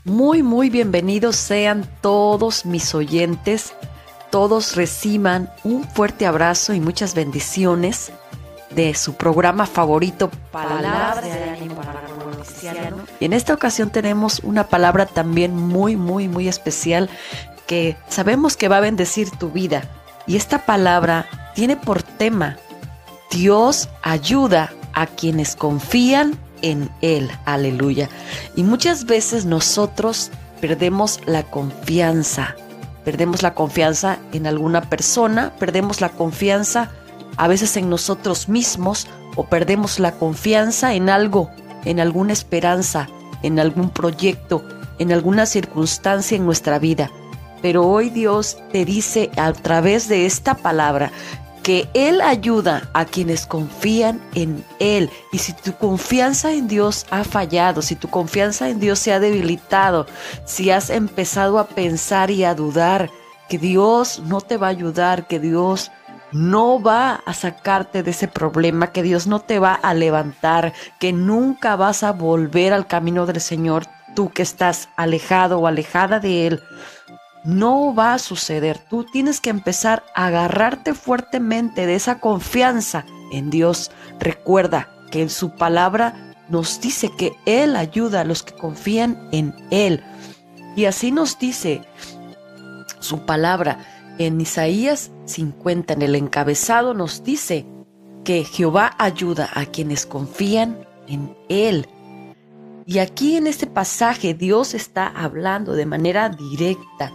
Muy bienvenidos sean todos mis oyentes. Todos reciban un fuerte abrazo y muchas bendiciones de su programa favorito, Palabras de Ánimo para el Cristiano. Y en esta ocasión tenemos una palabra también muy especial que sabemos que va a bendecir tu vida. Y esta palabra tiene por tema: Dios ayuda a quienes confían en Él. Aleluya. Y muchas veces nosotros perdemos la confianza. Perdemos la confianza en alguna persona, perdemos la confianza a veces en nosotros mismos, o perdemos la confianza en algo, en alguna esperanza, en algún proyecto, en alguna circunstancia en nuestra vida. Pero hoy Dios te dice a través de esta palabra que Él ayuda a quienes confían en Él. Y si tu confianza en Dios ha fallado, si tu confianza en Dios se ha debilitado, si has empezado a pensar y a dudar que Dios no te va a ayudar, que Dios no va a sacarte de ese problema, que Dios no te va a levantar, que nunca vas a volver al camino del Señor, tú que estás alejado o alejada de Él, no va a suceder. Tú tienes que empezar a agarrarte fuertemente de esa confianza en Dios. Recuerda que en su palabra nos dice que Él ayuda a los que confían en Él. Y así nos dice su palabra en Isaías 50, en el encabezado nos dice que Jehová ayuda a quienes confían en Él. Y aquí en este pasaje Dios está hablando de manera directa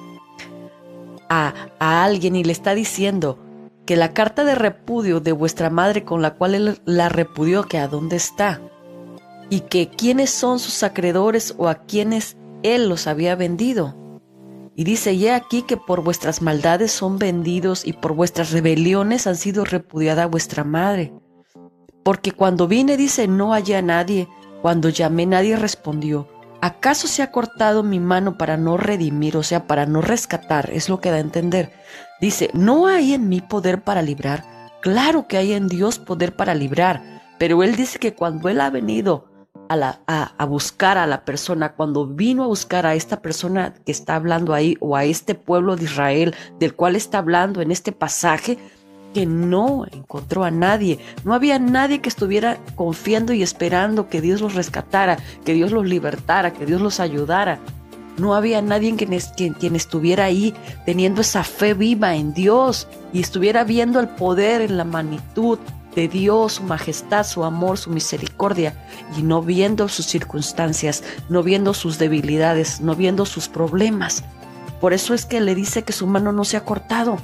a alguien y le está diciendo que la carta de repudio de vuestra madre con la cual Él la repudió, que a dónde está, y que quiénes son sus acreedores o a quienes Él los había vendido. Y dice: y he aquí que por vuestras maldades son vendidos y por vuestras rebeliones han sido repudiada vuestra madre. Porque cuando vine, dice, no hallé a nadie, cuando llamé nadie respondió. ¿Acaso se ha cortado mi mano para no redimir, o sea, para no rescatar? Es lo que da a entender. Dice: ¿no hay en mí poder para librar? Claro que hay en Dios poder para librar, pero Él dice que cuando Él ha venido a buscar a la persona, cuando vino a buscar a esta persona que está hablando ahí, o a este pueblo de Israel del cual está hablando en este pasaje, que no encontró a nadie. No había nadie que estuviera confiando y esperando que Dios los rescatara, que Dios los libertara, que Dios los ayudara. No había nadie quien estuviera ahí teniendo esa fe viva en Dios y estuviera viendo el poder en la magnitud de Dios, su majestad, su amor, su misericordia, y no viendo sus circunstancias, no viendo sus debilidades, no viendo sus problemas. Por eso es que le dice que su mano no se ha cortado.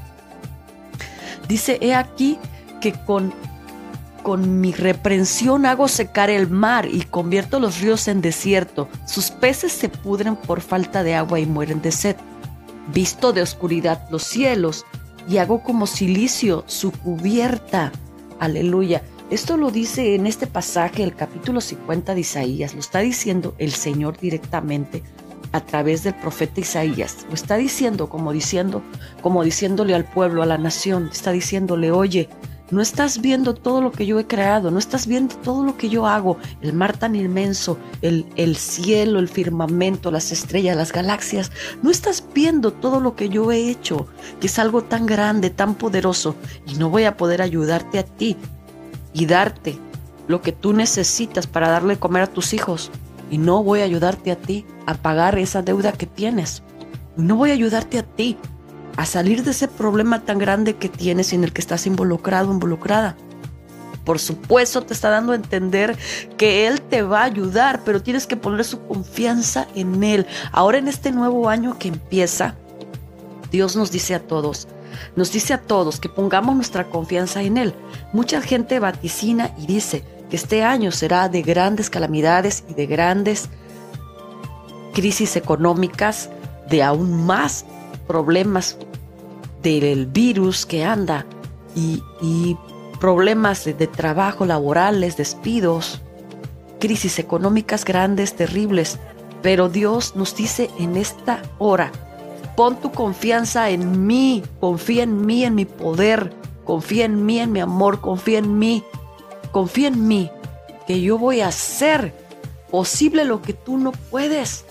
Dice: he aquí que con mi reprensión hago secar el mar y convierto los ríos en desierto. Sus peces se pudren por falta de agua y mueren de sed. Visto de oscuridad los cielos y hago como cilicio su cubierta. Aleluya. Esto lo dice en este pasaje, el capítulo 50 de Isaías. Lo está diciendo el Señor directamente a través del profeta Isaías. Lo está diciendo como diciéndole al pueblo, a la nación. Está diciéndole: oye, no estás viendo todo lo que yo he creado, no estás viendo todo lo que yo hago, el mar tan inmenso, el cielo, el firmamento, las estrellas, las galaxias. No estás viendo todo lo que yo he hecho, que es algo tan grande, tan poderoso, y no voy a poder ayudarte a ti y darte lo que tú necesitas para darle de comer a tus hijos. Y no voy a ayudarte a ti a pagar esa deuda que tienes. No voy a ayudarte a ti a salir de ese problema tan grande que tienes y en el que estás involucrada. Por supuesto, te está dando a entender que Él te va a ayudar, pero tienes que poner su confianza en Él. Ahora, en este nuevo año que empieza, Dios nos dice a todos que pongamos nuestra confianza en Él. Mucha gente vaticina y dice que este año será de grandes calamidades y de grandes crisis económicas, de aún más problemas del virus que anda y problemas de trabajo, laborales, despidos, crisis económicas grandes, terribles. Pero Dios nos dice en esta hora: pon tu confianza en mí, confía en mí, en mi poder, confía en mí, en mi amor, confía en mí, que yo voy a hacer posible lo que tú no puedes.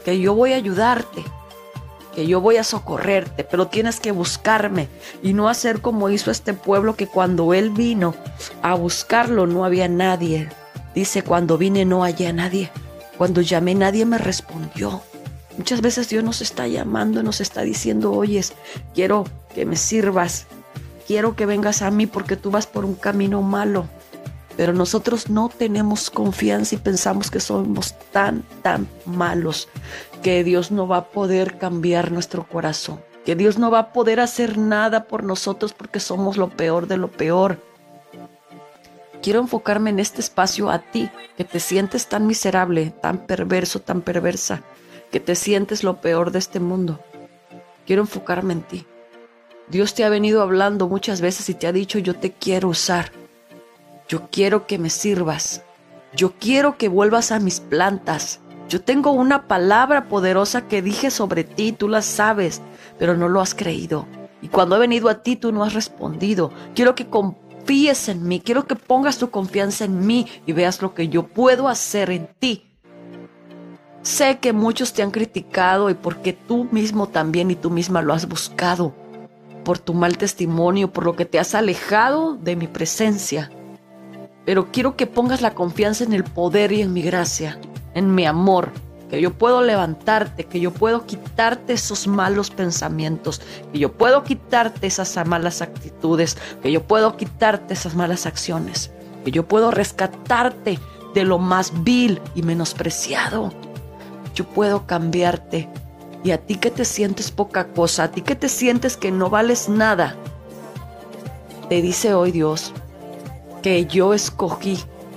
que yo voy a ayudarte, que yo voy a socorrerte, pero tienes que buscarme y no hacer como hizo este pueblo, que cuando él vino a buscarlo no había nadie. Dice, cuando vine no hallé a nadie, cuando llamé nadie me respondió. Muchas veces Dios nos está llamando, nos está diciendo, oyes, quiero que me sirvas, quiero que vengas a mí porque tú vas por un camino malo. Pero nosotros no tenemos confianza y pensamos que somos tan malos que Dios no va a poder cambiar nuestro corazón, que Dios no va a poder hacer nada por nosotros porque somos lo peor de lo peor. Quiero enfocarme en este espacio a ti, que te sientes tan miserable, tan perverso, tan perversa, que te sientes lo peor de este mundo. Quiero enfocarme en ti. Dios te ha venido hablando muchas veces y te ha dicho, yo te quiero usar. Yo quiero que me sirvas. Yo quiero que vuelvas a mis plantas. Yo tengo una palabra poderosa que dije sobre ti, tú la sabes, pero no lo has creído. Y cuando he venido a ti, tú no has respondido. Quiero que confíes en mí, quiero que pongas tu confianza en mí y veas lo que yo puedo hacer en ti. Sé que muchos te han criticado y porque tú mismo también y tú misma lo has buscado, por tu mal testimonio, por lo que te has alejado de mi presencia. Pero quiero que pongas la confianza en el poder y en mi gracia, en mi amor, que yo puedo levantarte, que yo puedo quitarte esos malos pensamientos, que yo puedo quitarte esas malas actitudes, que yo puedo quitarte esas malas acciones, que yo puedo rescatarte de lo más vil y menospreciado. Yo puedo cambiarte. Y a ti que te sientes poca cosa, a ti que te sientes que no vales nada, te dice hoy Dios que yo escogí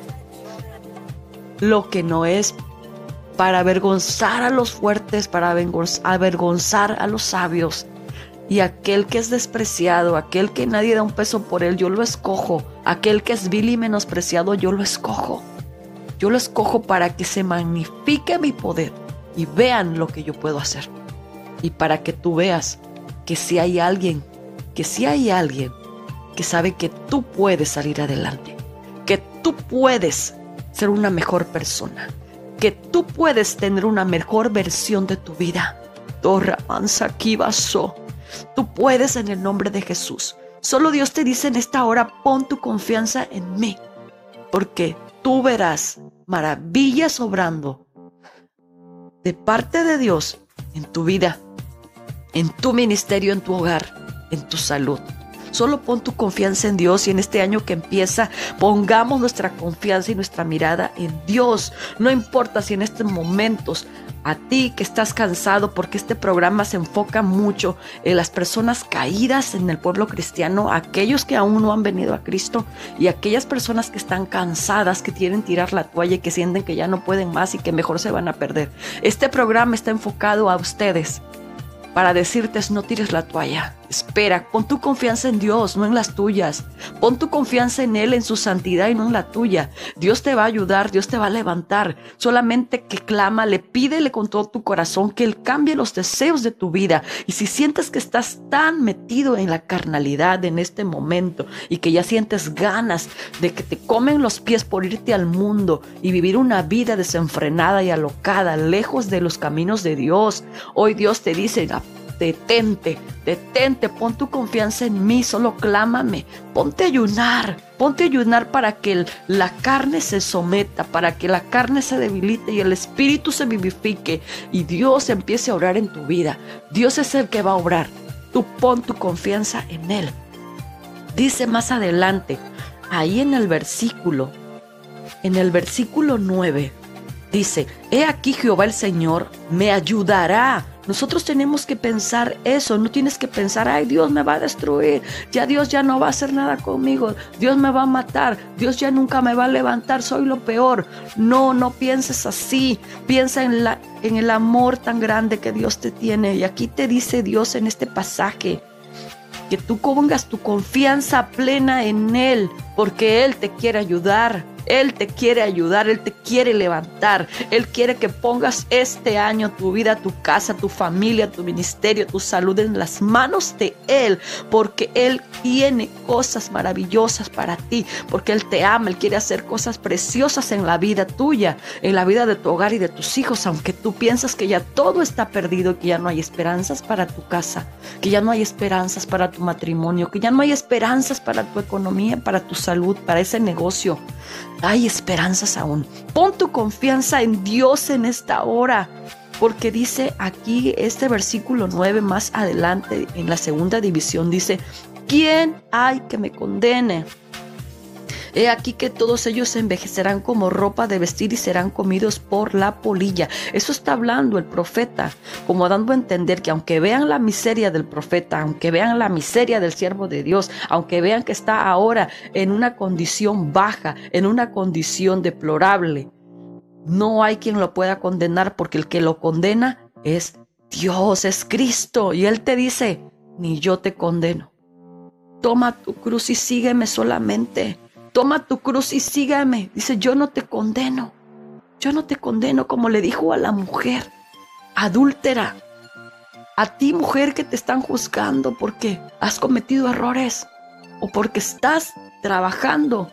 lo que no es para avergonzar a los fuertes, para avergonzar a los sabios. Y aquel que es despreciado, aquel que nadie da un peso por él, yo lo escojo. Aquel que es vil y menospreciado, yo lo escojo. Yo lo escojo para que se magnifique mi poder y vean lo que yo puedo hacer. Y para que tú veas que si hay alguien, que sabe que tú puedes salir adelante, que tú puedes ser una mejor persona, que tú puedes tener una mejor versión de tu vida. Torra mansa aquí vaso. Tú puedes en el nombre de Jesús. Solo Dios te dice en esta hora, pon tu confianza en mí, porque tú verás maravillas obrando de parte de Dios en tu vida, en tu ministerio, en tu hogar, en tu salud. Solo pon tu confianza en Dios y en este año que empieza, pongamos nuestra confianza y nuestra mirada en Dios. No importa si en estos momentos a ti que estás cansado, porque este programa se enfoca mucho en las personas caídas en el pueblo cristiano, aquellos que aún no han venido a Cristo y aquellas personas que están cansadas, que quieren tirar la toalla y que sienten que ya no pueden más y que mejor se van a perder. Este programa está enfocado a ustedes para decirte, no tires la toalla. Espera, pon tu confianza en Dios, no en las tuyas. Pon tu confianza en Él, en su santidad y no en la tuya. Dios te va a ayudar, Dios te va a levantar. Solamente que clámale, pídele con todo tu corazón que Él cambie los deseos de tu vida. Y si sientes que estás tan metido en la carnalidad en este momento y que ya sientes ganas de que te comen los pies por irte al mundo y vivir una vida desenfrenada y alocada, lejos de los caminos de Dios, hoy Dios te dice, detente, pon tu confianza en mí, solo clámame, ponte a ayunar para que la carne se someta, para que la carne se debilite y el espíritu se vivifique y Dios empiece a obrar en tu vida. Dios es el que va a obrar, tú pon tu confianza en Él. Dice más adelante, ahí en el versículo 9, dice, he aquí Jehová el Señor me ayudará. Nosotros tenemos que pensar eso, no tienes que pensar, ay, Dios me va a destruir, ya Dios ya no va a hacer nada conmigo, Dios me va a matar, Dios ya nunca me va a levantar, soy lo peor. No pienses así, piensa en el amor tan grande que Dios te tiene. Y aquí te dice Dios en este pasaje, que tú pongas tu confianza plena en Él, porque Él te quiere ayudar. Él te quiere ayudar, Él te quiere levantar. Él quiere que pongas este año tu vida, tu casa, tu familia, tu ministerio, tu salud en las manos de Él, porque Él tiene cosas maravillosas para ti, porque Él te ama, Él quiere hacer cosas preciosas en la vida tuya, en la vida de tu hogar y de tus hijos, aunque tú piensas que ya todo está perdido, que ya no hay esperanzas para tu casa, que ya no hay esperanzas para tu matrimonio, que ya no hay esperanzas para tu economía, para tu salud, para ese negocio. Hay esperanzas aún. Pon tu confianza en Dios en esta hora, porque dice aquí este versículo 9 más adelante en la segunda división, dice: ¿quién hay que me condene? He aquí que todos ellos se envejecerán como ropa de vestir y serán comidos por la polilla. Eso está hablando el profeta, como dando a entender que aunque vean la miseria del profeta, aunque vean la miseria del siervo de Dios, aunque vean que está ahora en una condición baja, en una condición deplorable, no hay quien lo pueda condenar, porque el que lo condena es Dios, es Cristo. Y Él te dice: ni yo te condeno. Toma tu cruz y sígueme solamente. Toma tu cruz y sígame. Dice: yo no te condeno. Yo no te condeno, como le dijo a la mujer adúltera. A ti, mujer, que te están juzgando porque has cometido errores o porque estás trabajando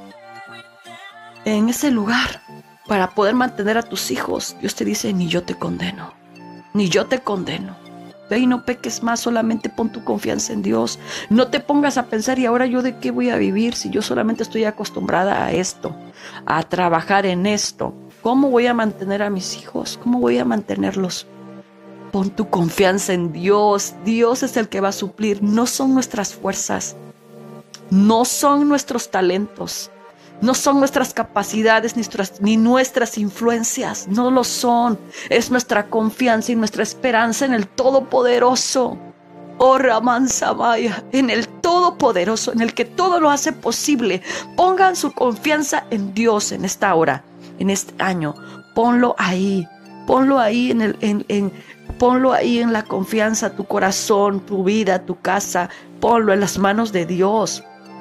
en ese lugar para poder mantener a tus hijos. Dios te dice: ni yo te condeno. Ni yo te condeno. Ve y no peques más, solamente pon tu confianza en Dios. No te pongas a pensar: ¿y ahora yo de qué voy a vivir si yo solamente estoy acostumbrada a esto, a trabajar en esto? ¿Cómo voy a mantener a mis hijos? ¿Cómo voy a mantenerlos? Pon tu confianza en Dios. Dios es el que va a suplir. No son nuestras fuerzas, no son nuestros talentos, no son nuestras capacidades ni nuestras influencias. No lo son. Es nuestra confianza y nuestra esperanza en el Todopoderoso. Oh, Ramán Samaya, en el Todopoderoso, en el que todo lo hace posible. Pongan su confianza en Dios en esta hora, en este año. Ponlo ahí. Ponlo ahí ponlo ahí en la confianza, tu corazón, tu vida, tu casa. Ponlo en las manos de Dios.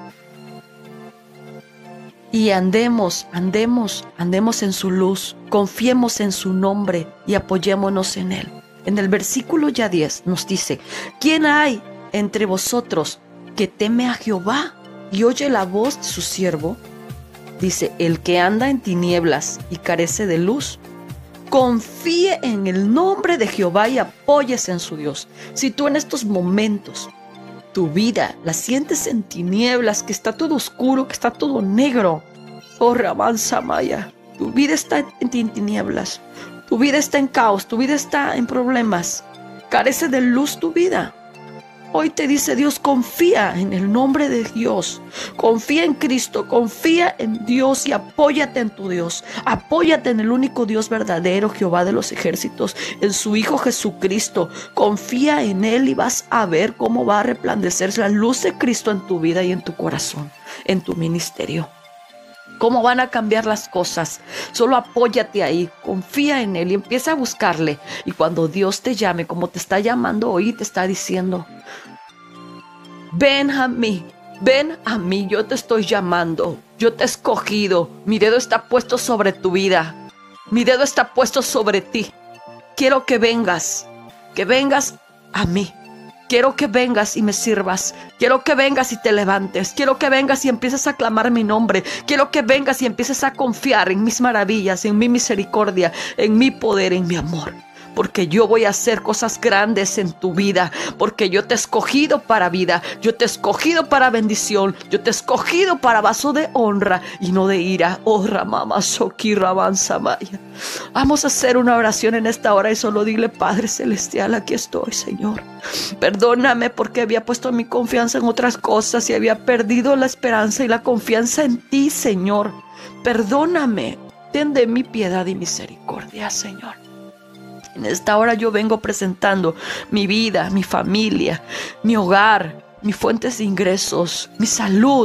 Y andemos en su luz, confiemos en su nombre y apoyémonos en Él. En el versículo ya 10 nos dice: ¿quién hay entre vosotros que teme a Jehová y oye la voz de su siervo? Dice: el que anda en tinieblas y carece de luz, confíe en el nombre de Jehová y apóyese en su Dios. Si tú en estos momentos tu vida la sientes en tinieblas, que está todo oscuro, que está todo negro, oh Ramán Samaya, tu vida está en tinieblas, tu vida está en caos, tu vida está en problemas, carece de luz tu vida. Hoy te dice Dios: confía en el nombre de Dios, confía en Cristo, confía en Dios y apóyate en tu Dios. Apóyate en el único Dios verdadero, Jehová de los ejércitos, en su Hijo Jesucristo. Confía en Él y vas a ver cómo va a resplandecer la luz de Cristo en tu vida y en tu corazón, en tu ministerio. ¿Cómo van a cambiar las cosas? Solo apóyate ahí, confía en Él y empieza a buscarle. Y cuando Dios te llame, como te está llamando hoy, te está diciendo: ven a mí, yo te estoy llamando, yo te he escogido, mi dedo está puesto sobre tu vida, mi dedo está puesto sobre ti. Quiero que vengas a mí. Quiero que vengas y me sirvas. Quiero que vengas y te levantes. Quiero que vengas y empieces a clamar mi nombre. Quiero que vengas y empieces a confiar en mis maravillas, en mi misericordia, en mi poder, en mi amor. Porque yo voy a hacer cosas grandes en tu vida. Porque yo te he escogido para vida. Yo te he escogido para bendición. Yo te he escogido para vaso de honra y no de ira. Oh, Ramama Soki Raban Samaya. Vamos a hacer una oración en esta hora y solo dile: Padre Celestial, aquí estoy, Señor. Perdóname porque había puesto mi confianza en otras cosas y había perdido la esperanza y la confianza en ti, Señor. Perdóname. Ten de mí piedad y misericordia, Señor. En esta hora yo vengo presentando mi vida, mi familia, mi hogar, mis fuentes de ingresos, mi salud y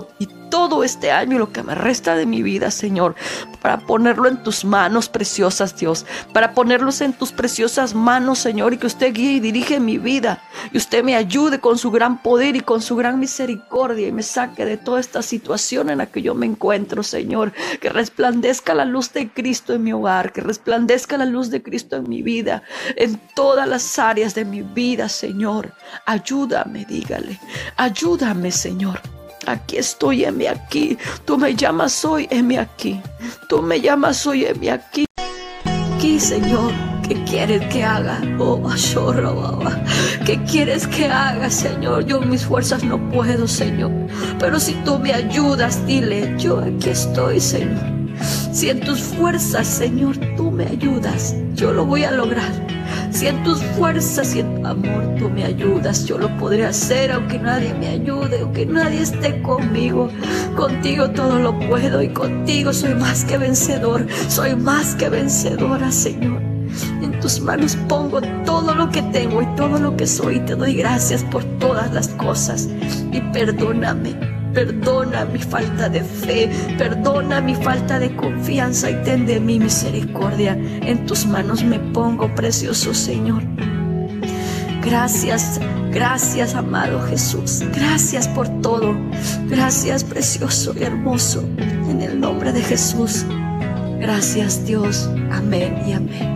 todo este año y lo que me resta de mi vida, Señor, para ponerlo en tus manos preciosas, Dios, para ponerlos en tus preciosas manos, Señor, y que usted guíe y dirige mi vida, y usted me ayude con su gran poder y con su gran misericordia, y me saque de toda esta situación en la que yo me encuentro, Señor. Que resplandezca la luz de Cristo en mi hogar, que resplandezca la luz de Cristo en mi vida, en todas las áreas de mi vida, Señor. Ayúdame, dígale, ayúdame, Señor. Aquí estoy, heme aquí. Tú me llamas hoy, heme aquí. Tú me llamas hoy, heme aquí. Aquí, Señor. ¿Qué quieres que haga? Oh, ¿qué quieres que haga, Señor? Yo en mis fuerzas no puedo, Señor. Pero si tú me ayudas, dile, yo aquí estoy, Señor. Si en tus fuerzas, Señor, tú me ayudas, yo lo voy a lograr. Si en tus fuerzas y en tu amor tú me ayudas, yo lo podré hacer aunque nadie me ayude, aunque nadie esté conmigo. Contigo todo lo puedo y contigo soy más que vencedor. Soy más que vencedora, Señor. En tus manos pongo todo lo que tengo y todo lo que soy. Te doy gracias por todas las cosas. Y perdóname, perdona mi falta de fe, perdona mi falta de confianza y ten de mí misericordia. En tus manos me pongo, precioso Señor. Gracias, gracias, amado Jesús. Gracias por todo. Gracias, precioso y hermoso. En el nombre de Jesús. Gracias, Dios. Amén y amén.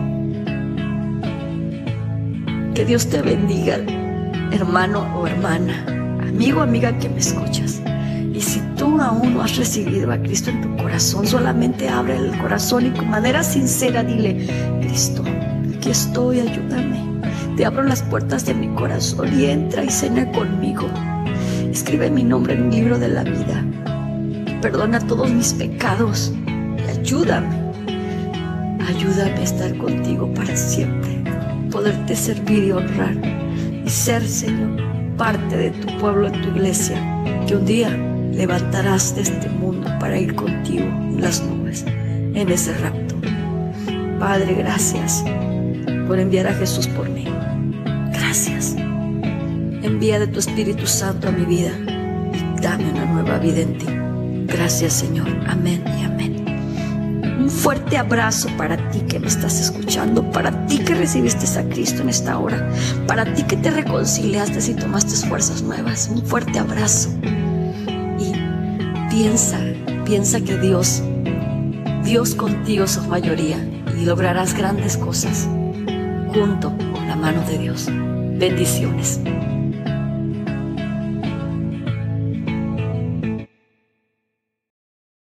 Que Dios te bendiga, hermano o hermana, amigo o amiga que me escuchas. Y si tú aún no has recibido a Cristo en tu corazón, solamente abre el corazón y con manera sincera dile, Cristo, aquí estoy, ayúdame. Te abro las puertas de mi corazón y entra y cena conmigo. Escribe mi nombre en el libro de la vida. Perdona todos mis pecados y ayúdame. Ayúdame a estar contigo para siempre, poderte servir y honrar y ser, Señor, parte de tu pueblo, en tu iglesia, que un día levantarás de este mundo para ir contigo en las nubes, en ese rapto. Padre, gracias por enviar a Jesús por mí. Gracias. Envía de tu Espíritu Santo a mi vida y dame una nueva vida en ti. Gracias, Señor. Amén y amén. Un fuerte abrazo para ti que me estás escuchando, para ti que recibiste a Cristo en esta hora, para ti que te reconciliaste y tomaste fuerzas nuevas. Un fuerte abrazo. Y piensa que Dios contigo es su mayoría y lograrás grandes cosas junto con la mano de Dios. Bendiciones.